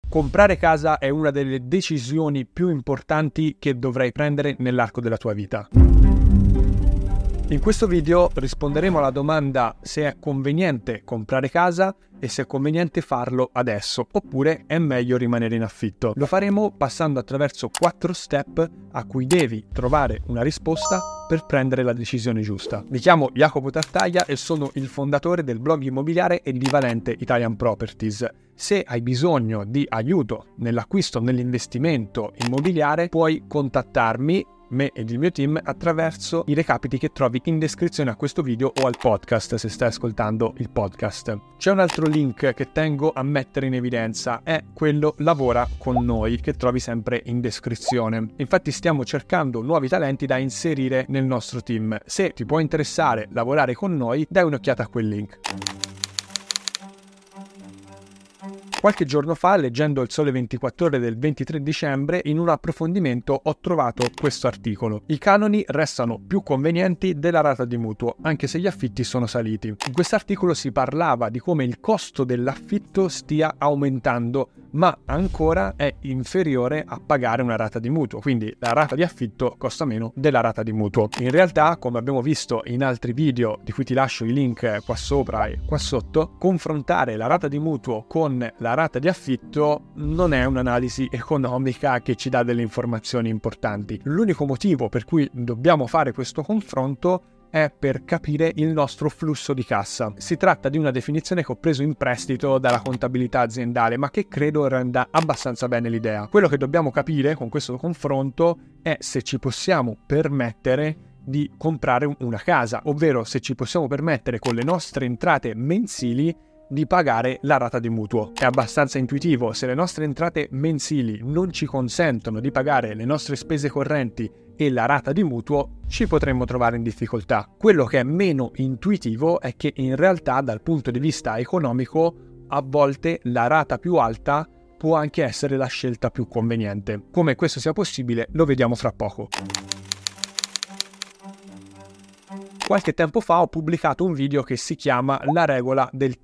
Comprare casa è una delle decisioni più importanti che dovrai prendere nell'arco della tua vita. In questo video risponderemo alla domanda se è conveniente comprare casa e se è conveniente farlo adesso, oppure è meglio rimanere in affitto. Lo faremo passando attraverso 4 step a cui devi trovare una risposta per prendere la decisione giusta. Mi chiamo Jacopo Tartaglia e sono il fondatore del blog immobiliare e di Valente Italian Properties. Se hai bisogno di aiuto nell'acquisto, nell'investimento immobiliare, puoi contattarmi, me ed il mio team, attraverso i recapiti che trovi in descrizione a questo video o al podcast se stai ascoltando il podcast. C'è un altro link che tengo a mettere in evidenza, è quello Lavora con noi, che trovi sempre in descrizione. Infatti stiamo cercando nuovi talenti da inserire nel nostro team. Se ti può interessare lavorare con noi, dai un'occhiata a quel link. Qualche giorno fa, leggendo il Sole 24 Ore del 23 dicembre, in un approfondimento ho trovato questo articolo. I canoni restano più convenienti della rata di mutuo, anche se gli affitti sono saliti. In quest'articolo si parlava di come il costo dell'affitto stia aumentando, ma ancora è inferiore a pagare una rata di mutuo, quindi la rata di affitto costa meno della rata di mutuo. In realtà, come abbiamo visto in altri video, di cui ti lascio i link qua sopra e qua sotto, confrontare la rata di mutuo con la rata di affitto non è un'analisi economica che ci dà delle informazioni importanti. L'unico motivo per cui dobbiamo fare questo confronto è per capire il nostro flusso di cassa. Si tratta di una definizione che ho preso in prestito dalla contabilità aziendale, ma che credo renda abbastanza bene l'idea. Quello che dobbiamo capire con questo confronto è se ci possiamo permettere di comprare una casa, ovvero se ci possiamo permettere con le nostre entrate mensili di pagare la rata di mutuo. È abbastanza intuitivo: se le nostre entrate mensili non ci consentono di pagare le nostre spese correnti e la rata di mutuo, ci potremmo trovare in difficoltà. Quello che è meno intuitivo è che in realtà dal punto di vista economico a volte la rata più alta può anche essere la scelta più conveniente. Come questo sia possibile lo vediamo fra poco. Qualche tempo fa ho pubblicato un video che si chiama La regola del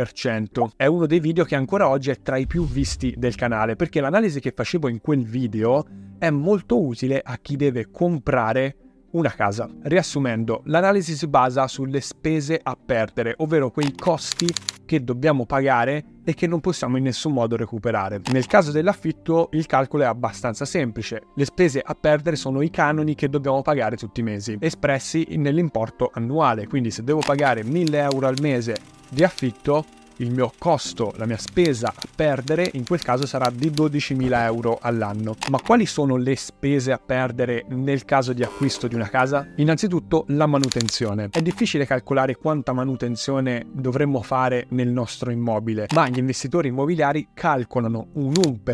3%. È uno dei video che ancora oggi è tra i più visti del canale, perché l'analisi che facevo in quel video è molto utile a chi deve comprare una casa. Riassumendo, l'analisi si basa sulle spese a perdere, ovvero quei costi che dobbiamo pagare e che non possiamo in nessun modo recuperare. Nel caso dell'affitto il calcolo è abbastanza semplice. Le spese a perdere sono i canoni che dobbiamo pagare tutti i mesi, espressi nell'importo annuale. Quindi se devo pagare 1.000 euro al mese di affitto, il mio costo, la mia spesa a perdere in quel caso sarà di 12.000 euro all'anno. Ma quali sono le spese a perdere nel caso di acquisto di una casa? Innanzitutto la manutenzione. È difficile calcolare quanta manutenzione dovremmo fare nel nostro immobile, ma gli investitori immobiliari calcolano un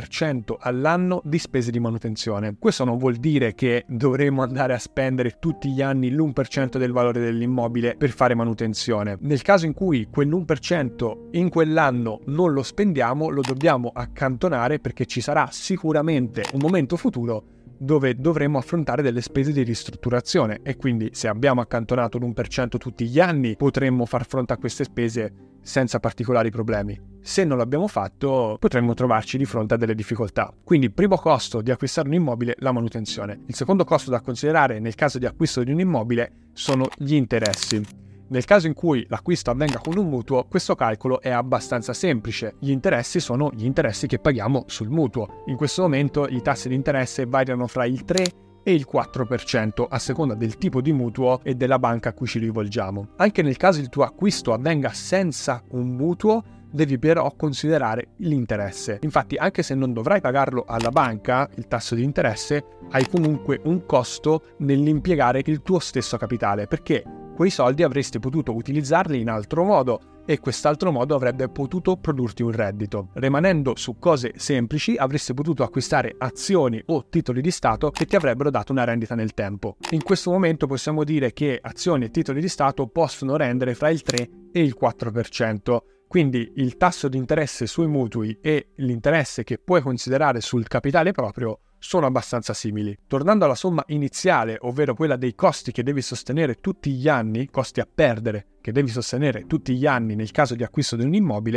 1% all'anno di spese di manutenzione. Questo non vuol dire che dovremo andare a spendere tutti gli anni l'1% del valore dell'immobile per fare manutenzione. Nel caso in cui quell'1% in quell'anno non lo spendiamo, lo dobbiamo accantonare, perché ci sarà sicuramente un momento futuro dove dovremo affrontare delle spese di ristrutturazione, e quindi se abbiamo accantonato l'1% tutti gli anni potremmo far fronte a queste spese senza particolari problemi. Se non l'abbiamo fatto potremmo trovarci di fronte a delle difficoltà. Quindi primo costo di acquistare un immobile, la manutenzione. Il secondo costo da considerare nel caso di acquisto di un immobile sono gli interessi. Nel caso in cui l'acquisto avvenga con un mutuo, questo calcolo è abbastanza semplice. Gli interessi sono gli interessi che paghiamo sul mutuo. In questo momento i tassi di interesse variano fra il 3 e il 4% a seconda del tipo di mutuo e della banca a cui ci rivolgiamo. Anche nel caso il tuo acquisto avvenga senza un mutuo, devi però considerare l'interesse. Infatti, anche se non dovrai pagarlo alla banca, il tasso di interesse, hai comunque un costo nell'impiegare il tuo stesso capitale, perché quei soldi avresti potuto utilizzarli in altro modo e quest'altro modo avrebbe potuto produrti un reddito. Rimanendo su cose semplici, avresti potuto acquistare azioni o titoli di Stato che ti avrebbero dato una rendita nel tempo. In questo momento possiamo dire che azioni e titoli di Stato possono rendere fra il 3 e il 4%. Quindi il tasso di interesse sui mutui e l'interesse che puoi considerare sul capitale proprio sono abbastanza simili. Tornando alla somma iniziale, ovvero quella dei costi che devi sostenere tutti gli anni, costi a perdere che devi sostenere tutti gli anni nel caso di acquisto di un immobile,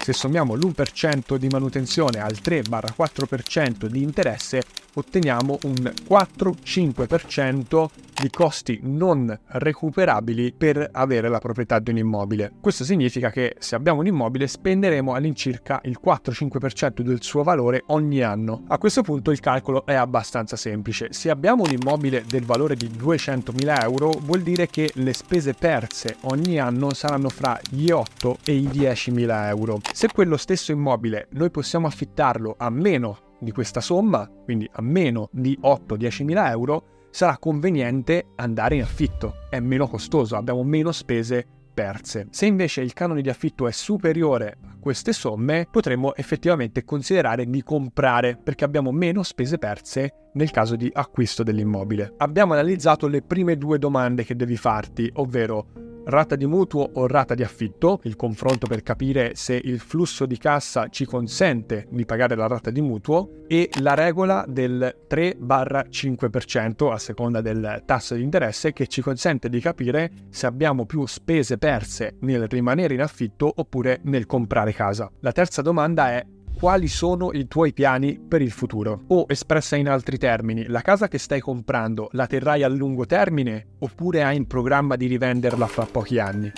Se sommiamo l'1% di manutenzione al 3-4% di interesse, otteniamo un 4-5% di costi non recuperabili per avere la proprietà di un immobile. Questo significa che se abbiamo un immobile spenderemo all'incirca il 4-5% del suo valore ogni anno. A questo punto il calcolo è abbastanza semplice. Se abbiamo un immobile del valore di 200.000 euro, vuol dire che le spese perse ogni anno saranno fra gli 8 e i 10.000 euro. Se quello stesso immobile noi possiamo affittarlo a meno di questa somma, quindi a meno di 8-10.000 euro, sarà conveniente andare in affitto, è meno costoso, abbiamo meno spese perse. Se invece il canone di affitto è superiore a queste somme, potremmo effettivamente considerare di comprare, perché abbiamo meno spese perse nel caso di acquisto dell'immobile. Abbiamo analizzato le prime due domande che devi farti, ovvero rata di mutuo o rata di affitto, il confronto per capire se il flusso di cassa ci consente di pagare la rata di mutuo, e la regola del 3-5% a seconda del tasso di interesse, che ci consente di capire se abbiamo più spese perse nel rimanere in affitto oppure nel comprare casa. La terza domanda è: quali sono i tuoi piani per il futuro? O, espressa in altri termini, la casa che stai comprando la terrai a lungo termine oppure hai in programma di rivenderla fra pochi anni?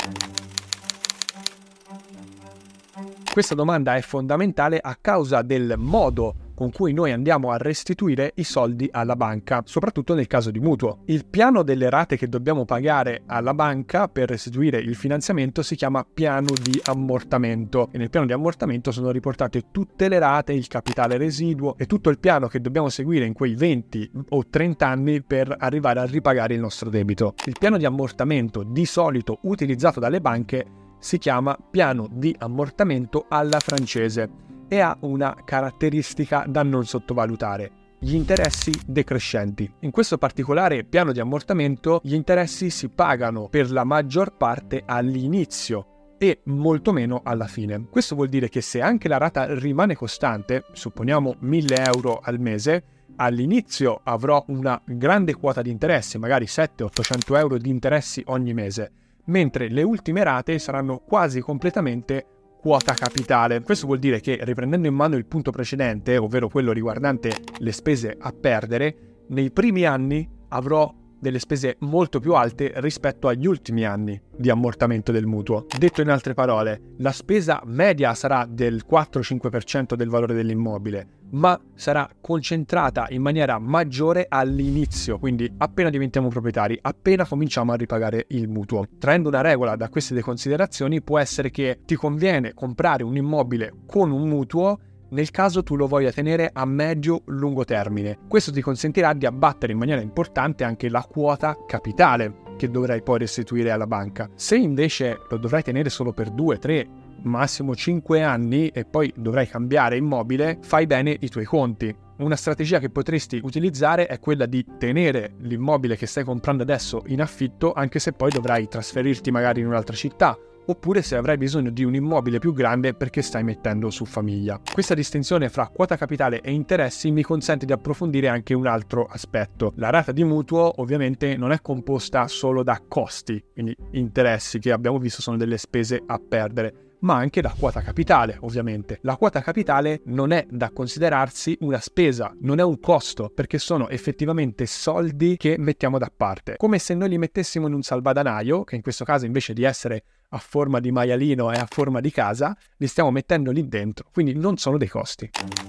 Questa domanda è fondamentale a causa del modo con cui noi andiamo a restituire i soldi alla banca, soprattutto nel caso di mutuo. Il piano delle rate che dobbiamo pagare alla banca per restituire il finanziamento si chiama piano di ammortamento, e nel piano di ammortamento sono riportate tutte le rate, il capitale residuo e tutto il piano che dobbiamo seguire in quei 20 o 30 anni per arrivare a ripagare il nostro debito. Il piano di ammortamento di solito utilizzato dalle banche si chiama piano di ammortamento alla francese e ha una caratteristica da non sottovalutare: gli interessi decrescenti. In questo particolare piano di ammortamento gli interessi si pagano per la maggior parte all'inizio e molto meno alla fine. Questo vuol dire che se anche la rata rimane costante, supponiamo 1.000 euro al mese, all'inizio avrò una grande quota di interessi, magari 700-800 euro di interessi ogni mese, mentre le ultime rate saranno quasi completamente quota capitale. Questo vuol dire che, riprendendo in mano il punto precedente, ovvero quello riguardante le spese a perdere, nei primi anni avrò delle spese molto più alte rispetto agli ultimi anni di ammortamento del mutuo. Detto in altre parole, la spesa media sarà del 4-5% del valore dell'immobile, ma sarà concentrata in maniera maggiore all'inizio, quindi appena diventiamo proprietari, appena cominciamo a ripagare il mutuo. Traendo una regola da queste due considerazioni, può essere che ti conviene comprare un immobile con un mutuo nel caso tu lo voglia tenere a medio-lungo termine. Questo ti consentirà di abbattere in maniera importante anche la quota capitale che dovrai poi restituire alla banca. Se invece lo dovrai tenere solo per 2, 3, massimo 5 anni e poi dovrai cambiare immobile, fai bene i tuoi conti. Una strategia che potresti utilizzare è quella di tenere l'immobile che stai comprando adesso in affitto, anche se poi dovrai trasferirti magari in un'altra città, oppure se avrai bisogno di un immobile più grande perché stai mettendo su famiglia. Questa distinzione fra quota capitale e interessi mi consente di approfondire anche un altro aspetto. La rata di mutuo ovviamente non è composta solo da costi, quindi interessi che abbiamo visto sono delle spese a perdere, ma anche da quota capitale, ovviamente. La quota capitale non è da considerarsi una spesa, non è un costo, perché sono effettivamente soldi che mettiamo da parte. Come se noi li mettessimo in un salvadanaio, che in questo caso invece di essere a forma di maialino è a forma di casa, li stiamo mettendo lì dentro, quindi non sono dei costi.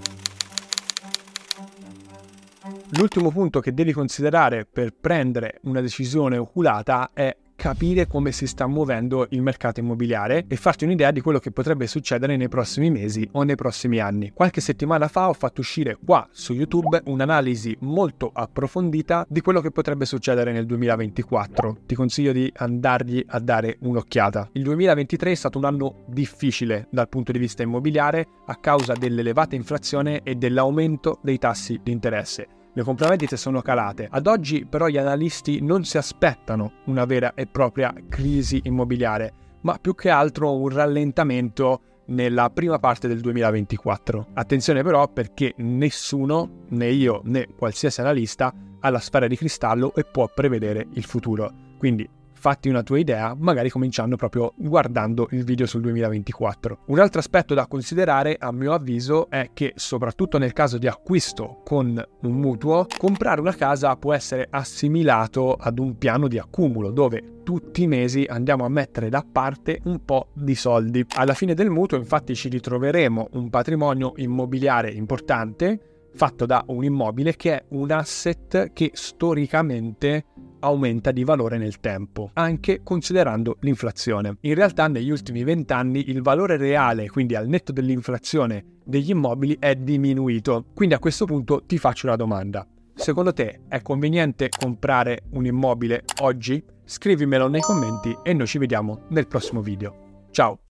L'ultimo punto che devi considerare per prendere una decisione oculata è capire come si sta muovendo il mercato immobiliare e farti un'idea di quello che potrebbe succedere nei prossimi mesi o nei prossimi anni. Qualche settimana fa ho fatto uscire qua su YouTube un'analisi molto approfondita di quello che potrebbe succedere nel 2024. Ti consiglio di andargli a dare un'occhiata. Il 2023 è stato un anno difficile dal punto di vista immobiliare a causa dell'elevata inflazione e dell'aumento dei tassi di interesse. Le compravendite sono calate. Ad oggi però gli analisti non si aspettano una vera e propria crisi immobiliare, ma più che altro un rallentamento nella prima parte del 2024. Attenzione però, perché nessuno, né io né qualsiasi analista, ha la sfera di cristallo e può prevedere il futuro. Quindi fatti una tua idea, magari cominciando proprio guardando il video sul 2024. Un altro aspetto da considerare, a mio avviso, è che soprattutto nel caso di acquisto con un mutuo, comprare una casa può essere assimilato ad un piano di accumulo dove tutti i mesi andiamo a mettere da parte un po' di soldi. Alla fine del mutuo, infatti, ci ritroveremo un patrimonio immobiliare importante fatto da un immobile che è un asset che storicamente aumenta di valore nel tempo, anche considerando l'inflazione. In realtà negli ultimi 20 anni il valore reale, quindi al netto dell'inflazione degli immobili, è diminuito. Quindi a questo punto ti faccio una domanda. Secondo te è conveniente comprare un immobile oggi? Scrivimelo nei commenti e noi ci vediamo nel prossimo video. Ciao!